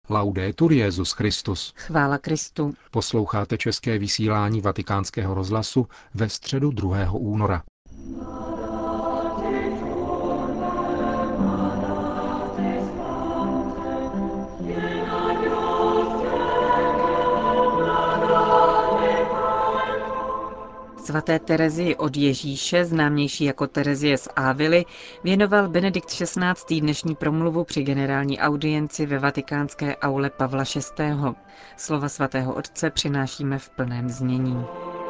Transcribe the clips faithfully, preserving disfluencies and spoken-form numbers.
Laudetur Jesus Christus. Chvála Kristu. Posloucháte české vysílání Vatikánského rozhlasu ve středu druhého února. Svaté Terezii od Ježíše, známější jako Terezie z Ávily, věnoval Benedikt šestnáctý. dnešní promluvu při generální audienci ve vatikánské aule Pavla šestého. Slova svatého otce přinášíme v plném znění.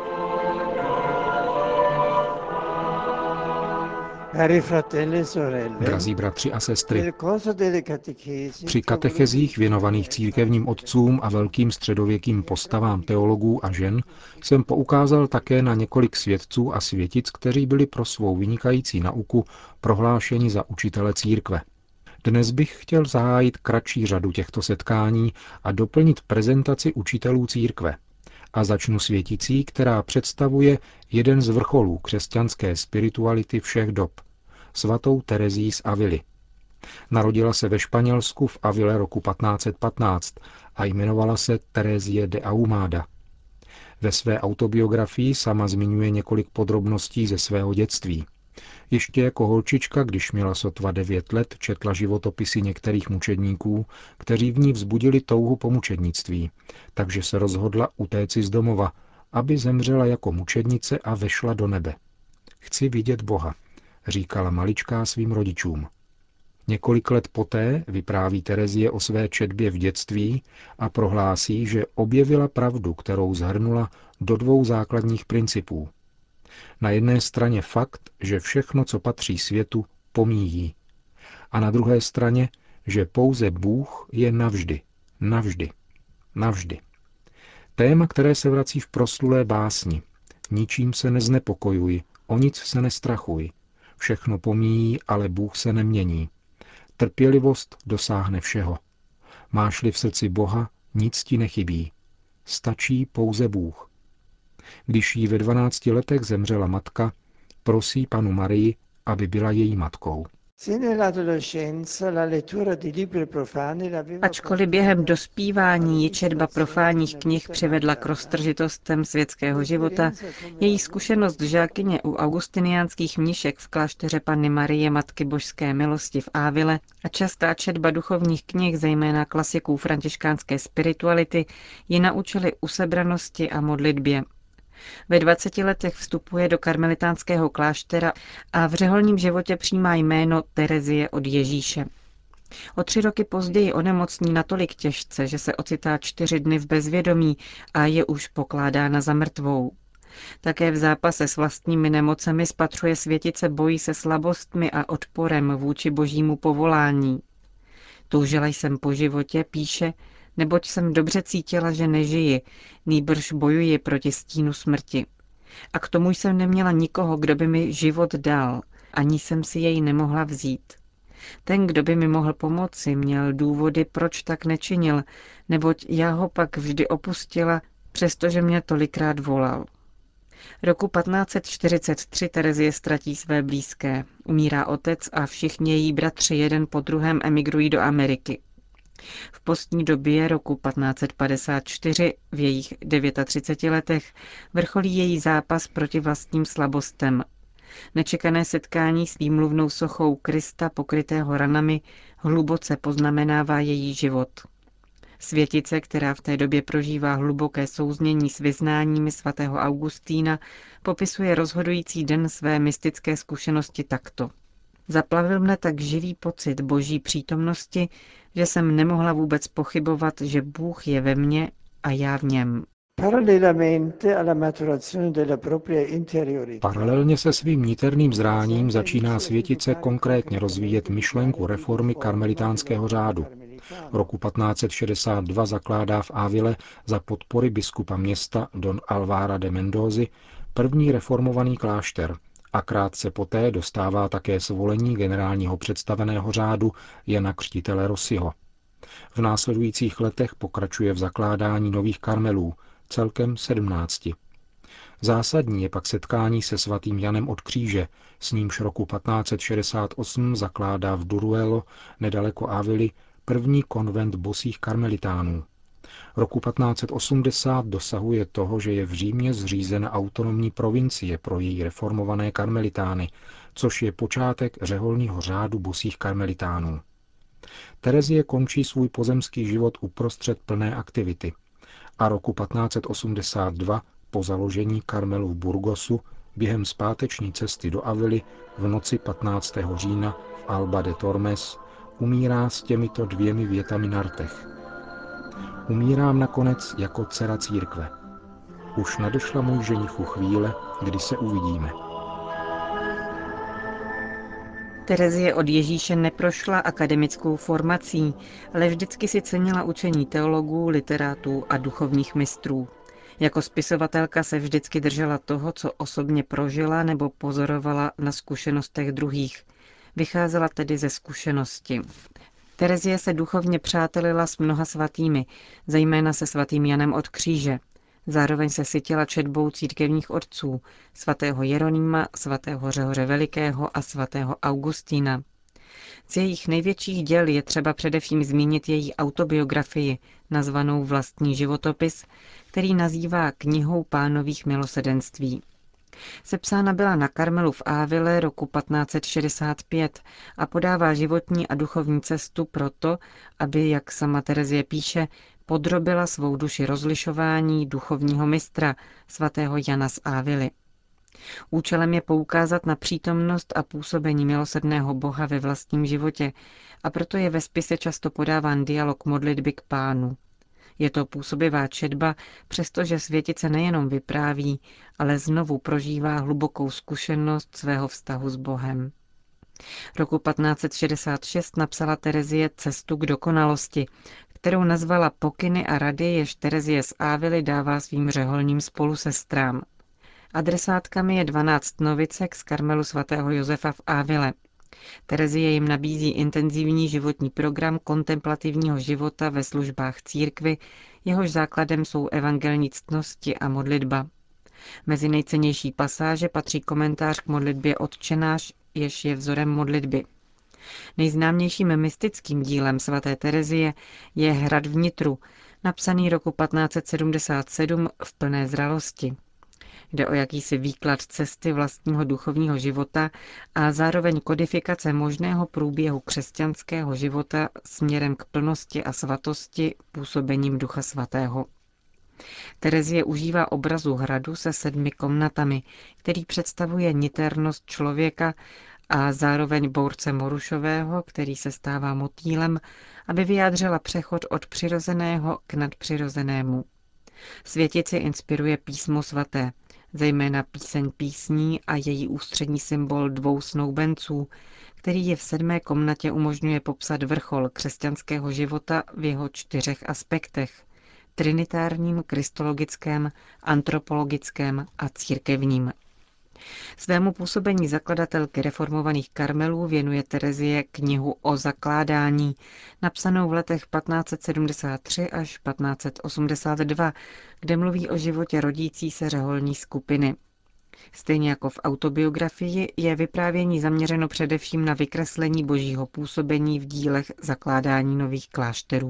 Drazí bratři a sestry, při katechezích věnovaných církevním otcům a velkým středověkým postavám teologů a žen jsem poukázal také na několik svědců a světic, kteří byli pro svou vynikající nauku prohlášeni za učitele církve. Dnes bych chtěl zahájit kratší řadu těchto setkání a doplnit prezentaci učitelů církve. A začnu světicí, která představuje jeden z vrcholů křesťanské spirituality všech dob, svatou Terezii z Avily. Narodila se ve Španělsku v Avile roku patnáct set patnáct a jmenovala se Terezie de Ahumada. Ve své autobiografii sama zmiňuje několik podrobností ze svého dětství. Ještě jako holčička, když měla sotva devět let, četla životopisy některých mučedníků, kteří v ní vzbudili touhu po mučednictví, takže se rozhodla utéci z domova, aby zemřela jako mučednice a vešla do nebe. Chci vidět Boha, říkala maličká svým rodičům. Několik let poté vypráví Terezie o své četbě v dětství a prohlásí, že objevila pravdu, kterou shrnula do dvou základních principů. Na jedné straně fakt, že všechno, co patří světu, pomíjí. A na druhé straně, že pouze Bůh je navždy, navždy, navždy. Téma, které se vrací v proslulé básni. Ničím se neznepokojuj, o nic se nestrachuj. Všechno pomíjí, ale Bůh se nemění. Trpělivost dosáhne všeho. Máš-li v srdci Boha, nic ti nechybí. Stačí pouze Bůh. Když jí ve dvanácti letech zemřela matka, prosí Panu Marii, aby byla její matkou. Ačkoliv během dospívání ji četba profánních knih přivedla k roztržitostem světského života, její zkušenost žákyně u augustiniánských mnišek v klášteře Panny Marie Matky Božské milosti v Ávile a častá četba duchovních knih, zejména klasiků františkánské spirituality, ji naučili usebranosti a modlitbě. Ve dvaceti letech vstupuje do karmelitánského kláštera a v řeholním životě přijímá jméno Terezie od Ježíše. O tři roky později onemocní natolik těžce, že se ocitá čtyři dny v bezvědomí a je už pokládána za mrtvou. Také v zápase s vlastními nemocemi spatřuje světice boji se slabostmi a odporem vůči božímu povolání. Toužila jsem po životě, píše, neboť jsem dobře cítila, že nežiji, nýbrž bojuji proti stínu smrti. A k tomu jsem neměla nikoho, kdo by mi život dal, ani jsem si jej nemohla vzít. Ten, kdo by mi mohl pomoci, měl důvody, proč tak nečinil, neboť já ho pak vždy opustila, přestože mě tolikrát volal. Roku patnáct set čtyřicet tři Terezie ztratí své blízké. Umírá otec a všichni její bratři jeden po druhém emigrují do Ameriky. V postní době roku patnáct set padesát čtyři, v jejich třiceti devíti letech, vrcholí její zápas proti vlastním slabostem. Nečekané setkání s výmluvnou sochou Krista pokrytého ranami hluboce poznamenává její život. Světice, která v té době prožívá hluboké souznění s vyznáními svatého Augustína, popisuje rozhodující den své mystické zkušenosti takto. Zaplavil mne tak živý pocit boží přítomnosti, že jsem nemohla vůbec pochybovat, že Bůh je ve mně a já v něm. Paralelně se svým niterným zráním začíná světice konkrétně rozvíjet myšlenku reformy karmelitánského řádu. Roku patnáct set šedesát dva zakládá v Ávile za podpory biskupa města Don Alvara de Mendozy první reformovaný klášter a krátce poté dostává také svolení generálního představeného řádu Jana Křtitele Rossiho. V následujících letech pokračuje v zakládání nových karmelů, celkem sedmnácti. Zásadní je pak setkání se svatým Janem od Kříže, s nímž roku patnáct set šedesát osm zakládá v Duruelo, nedaleko Avily, první konvent bosých karmelitánů. Roku patnáct set osmdesát dosahuje toho, že je v Římě zřízena autonomní provincie pro její reformované karmelitány, což je počátek řeholního řádu bosých karmelitánů. Terezie končí svůj pozemský život uprostřed plné aktivity a roku patnáct set osmdesát dva po založení Karmelu v Burgosu během zpáteční cesty do Avily v noci patnáctého října v Alba de Tormes umírá s těmito dvěmi větami na rtech. Umírám nakonec jako dcera církve. Už nadešla můj ženichu chvíle, kdy se uvidíme. Terezie od Ježíše neprošla akademickou formací, ale vždycky si cenila učení teologů, literátů a duchovních mistrů. Jako spisovatelka se vždycky držela toho, co osobně prožila nebo pozorovala na zkušenostech druhých. Vycházela tedy ze zkušenosti. Terezie se duchovně přátelila s mnoha svatými, zejména se svatým Janem od Kříže. Zároveň se sytila četbou církevních otců, svatého Jeronýma, svatého Řehoře Velikého a svatého Augustína. Z jejich největších děl je třeba především zmínit její autobiografii, nazvanou Vlastní životopis, který nazývá Knihou Pánových milosedenství. Sepsána byla na Karmelu v Avile roku patnáct set šedesát pět a podává životní a duchovní cestu proto, aby, jak sama Terezie píše, podrobila svou duši rozlišování duchovního mistra, svatého Jana z Avily. Účelem je poukázat na přítomnost a působení milosrdného Boha ve vlastním životě a proto je ve spise často podáván dialog modlitby k Pánu. Je to působivá četba, přestože světice nejenom vypráví, ale znovu prožívá hlubokou zkušenost svého vztahu s Bohem. Roku patnáct set šedesát šest napsala Terezie Cestu k dokonalosti, kterou nazvala Pokyny a rady, jež Terezie z Avily dává svým řeholním spolusestrám. Adresátkami je dvanáct novicek z Karmelu svatého Josefa v Avile. Terezie jim nabízí intenzivní životní program kontemplativního života ve službách církvy, jehož základem jsou evangelní ctnosti a modlitba. Mezi nejcennější pasáže patří komentář k modlitbě Otčenáš, jež je vzorem modlitby. Nejznámějším mystickým dílem svaté Terezie je Hrad v Nitru, napsaný roku patnáct set sedmdesát sedm v plné zralosti. Jde o jakýsi výklad cesty vlastního duchovního života a zároveň kodifikace možného průběhu křesťanského života směrem k plnosti a svatosti působením Ducha Svatého. Terezie užívá obrazu hradu se sedmi komnatami, který představuje niternost člověka a zároveň bource morušového, který se stává motýlem, aby vyjádřila přechod od přirozeného k nadpřirozenému. Světici inspiruje písmo svaté, zejména píseň písní a její ústřední symbol dvou snoubenců, který je v sedmé komnatě umožňuje popsat vrchol křesťanského života v jeho čtyřech aspektech – trinitárním, kristologickém, antropologickém a církevním. Svému působení zakladatelky reformovaných karmelů věnuje Terezie knihu o zakládání, napsanou v letech patnáct set sedmdesát tři až patnáct set osmdesát dva, kde mluví o životě rodící se řeholní skupiny. Stejně jako v autobiografii je vyprávění zaměřeno především na vykreslení božího působení v dílech zakládání nových klášterů.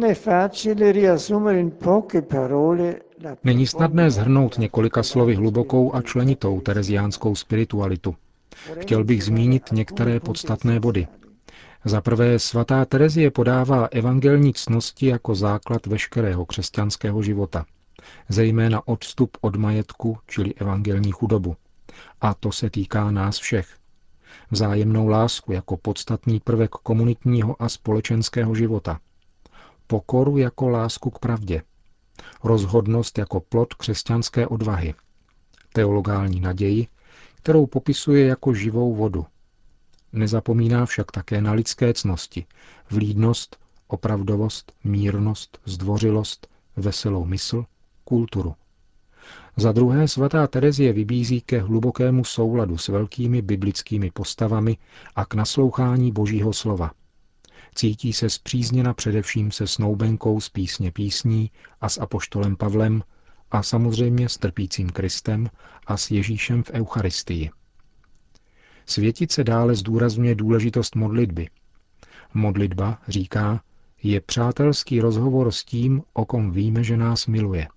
Není snadné shrnout několika slovy hlubokou a členitou tereziánskou spiritualitu. Chtěl bych zmínit některé podstatné body. Za prvé, svatá Terezie podává evangelní ctnosti jako základ veškerého křesťanského života, zejména odstup od majetku, čili evangelní chudobu. A to se týká nás všech. Vzájemnou lásku jako podstatný prvek komunitního a společenského života. Pokoru jako lásku k pravdě. Rozhodnost jako plod křesťanské odvahy. Teologální naději, kterou popisuje jako živou vodu. Nezapomíná však také na lidské ctnosti, vlídnost, opravdovost, mírnost, zdvořilost, veselou mysl, kulturu. Za druhé, svatá Terezie vybízí ke hlubokému souladu s velkými biblickými postavami a k naslouchání Božího slova. Cítí se spřízněna především se snoubenkou z písně písní a s apoštolem Pavlem a samozřejmě s trpícím Kristem a s Ježíšem v Eucharistii. Světice dále zdůrazňuje důležitost modlitby. Modlitba, říká, je přátelský rozhovor s tím, o kom víme, že nás miluje.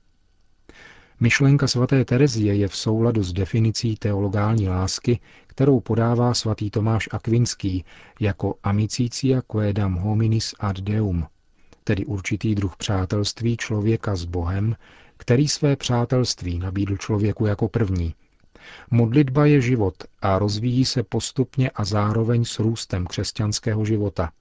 Myšlenka svaté Terezie je v souladu s definicí teologální lásky, kterou podává svatý Tomáš Akvinský jako amicitia quaedam hominis ad Deum, tedy určitý druh přátelství člověka s Bohem, který své přátelství nabídl člověku jako první. Modlitba je život a rozvíjí se postupně a zároveň s růstem křesťanského života.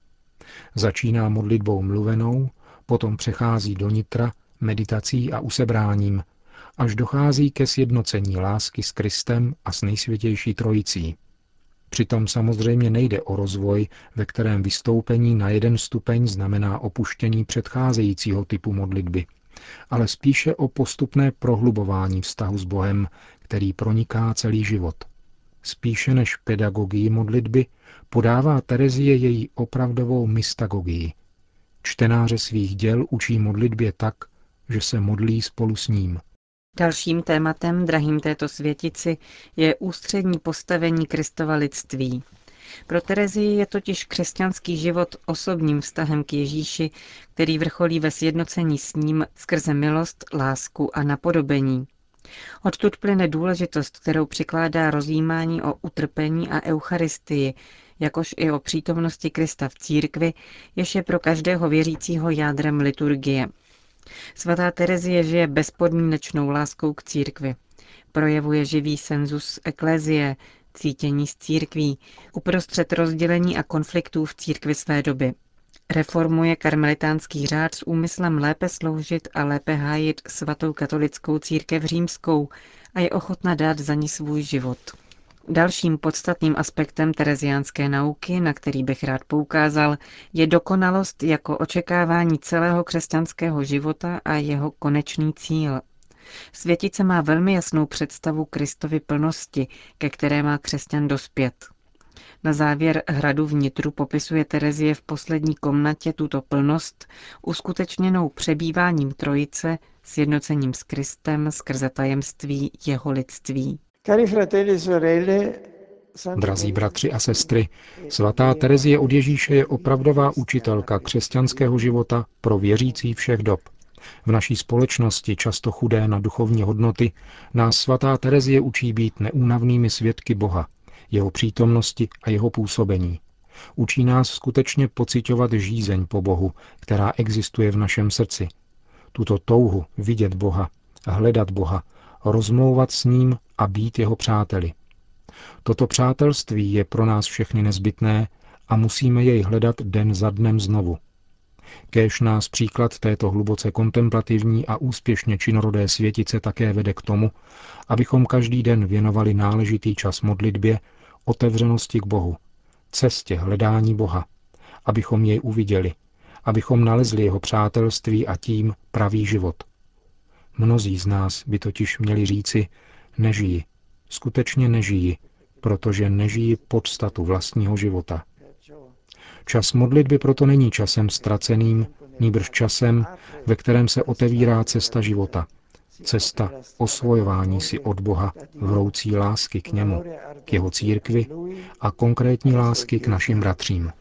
Začíná modlitbou mluvenou, potom přechází do nitra, meditací a usebráním, až dochází ke sjednocení lásky s Kristem a s nejsvětější trojicí. Přitom samozřejmě nejde o rozvoj, ve kterém vystoupení na jeden stupeň znamená opuštění předcházejícího typu modlitby, ale spíše o postupné prohlubování vztahu s Bohem, který proniká celý život. Spíše než pedagogii modlitby podává Terezie její opravdovou mystagogii. Čtenáře svých děl učí modlitbě tak, že se modlí spolu s ním. Dalším tématem, drahým této světici, je ústřední postavení Kristova lidství. Pro Terezii je totiž křesťanský život osobním vztahem k Ježíši, který vrcholí ve sjednocení s ním skrze milost, lásku a napodobení. Odtud plyne důležitost, kterou přikládá rozjímání o utrpení a eucharistii, jakož i o přítomnosti Krista v církvi, jež je pro každého věřícího jádrem liturgie. Svatá Terezie žije bezpodmínečnou láskou k církvi. Projevuje živý sensus ecclesiae, cítění z církví, uprostřed rozdělení a konfliktů v církvi své doby. Reformuje karmelitánský řád s úmyslem lépe sloužit a lépe hájit svatou katolickou církev římskou a je ochotna dát za ní svůj život. Dalším podstatným aspektem tereziánské nauky, na který bych rád poukázal, je dokonalost jako očekávání celého křesťanského života a jeho konečný cíl. Světice má velmi jasnou představu Kristovy plnosti, ke které má křesťan dospět. Na závěr hradu v Nitru popisuje Terezie v poslední komnatě tuto plnost, uskutečněnou přebýváním Trojice, sjednocením s Kristem skrze tajemství jeho lidství. Drazí bratři a sestry, svatá Terezie od Ježíše je opravdová učitelka křesťanského života pro věřící všech dob. V naší společnosti, často chudé na duchovní hodnoty, nás svatá Terezie učí být neúnavnými svědky Boha, jeho přítomnosti a jeho působení. Učí nás skutečně pociťovat žízeň po Bohu, která existuje v našem srdci. Tuto touhu vidět Boha, hledat Boha, rozmlouvat s ním a být jeho přáteli. Toto přátelství je pro nás všechny nezbytné a musíme jej hledat den za dnem znovu. Kéž nás příklad této hluboce kontemplativní a úspěšně činorodé světice také vede k tomu, abychom každý den věnovali náležitý čas modlitbě, otevřenosti k Bohu, cestě hledání Boha, abychom jej uviděli, abychom nalezli jeho přátelství a tím pravý život. Mnozí z nás by totiž měli říci, nežiji, skutečně nežiji, protože nežijí podstatu vlastního života. Čas modlitby proto není časem ztraceným, nýbrž časem, ve kterém se otevírá cesta života. Cesta osvojování si od Boha vroucí lásky k němu, k jeho církvi a konkrétní lásky k našim bratřím.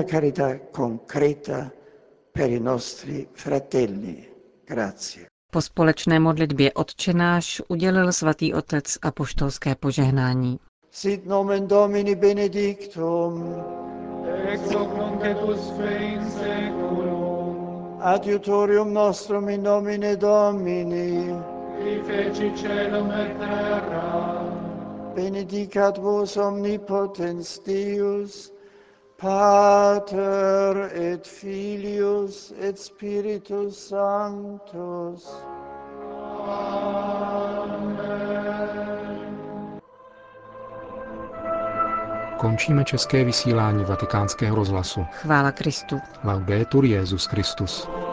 Po společné modlitbě Otčenáš udělil svatý otec apoštolské požehnání. Sit nomen Domini benedictum, ex hoc nunc et usque in seculum, adiutorium nostrum in nomine Domini, qui feci caelum et terra, benedicat vos omnipotens Deus, Pater et Filius et Spiritus Sanctus. Končíme české vysílání Vatikánského rozhlasu. Chvála Kristu. Laudetur Jesus Christus.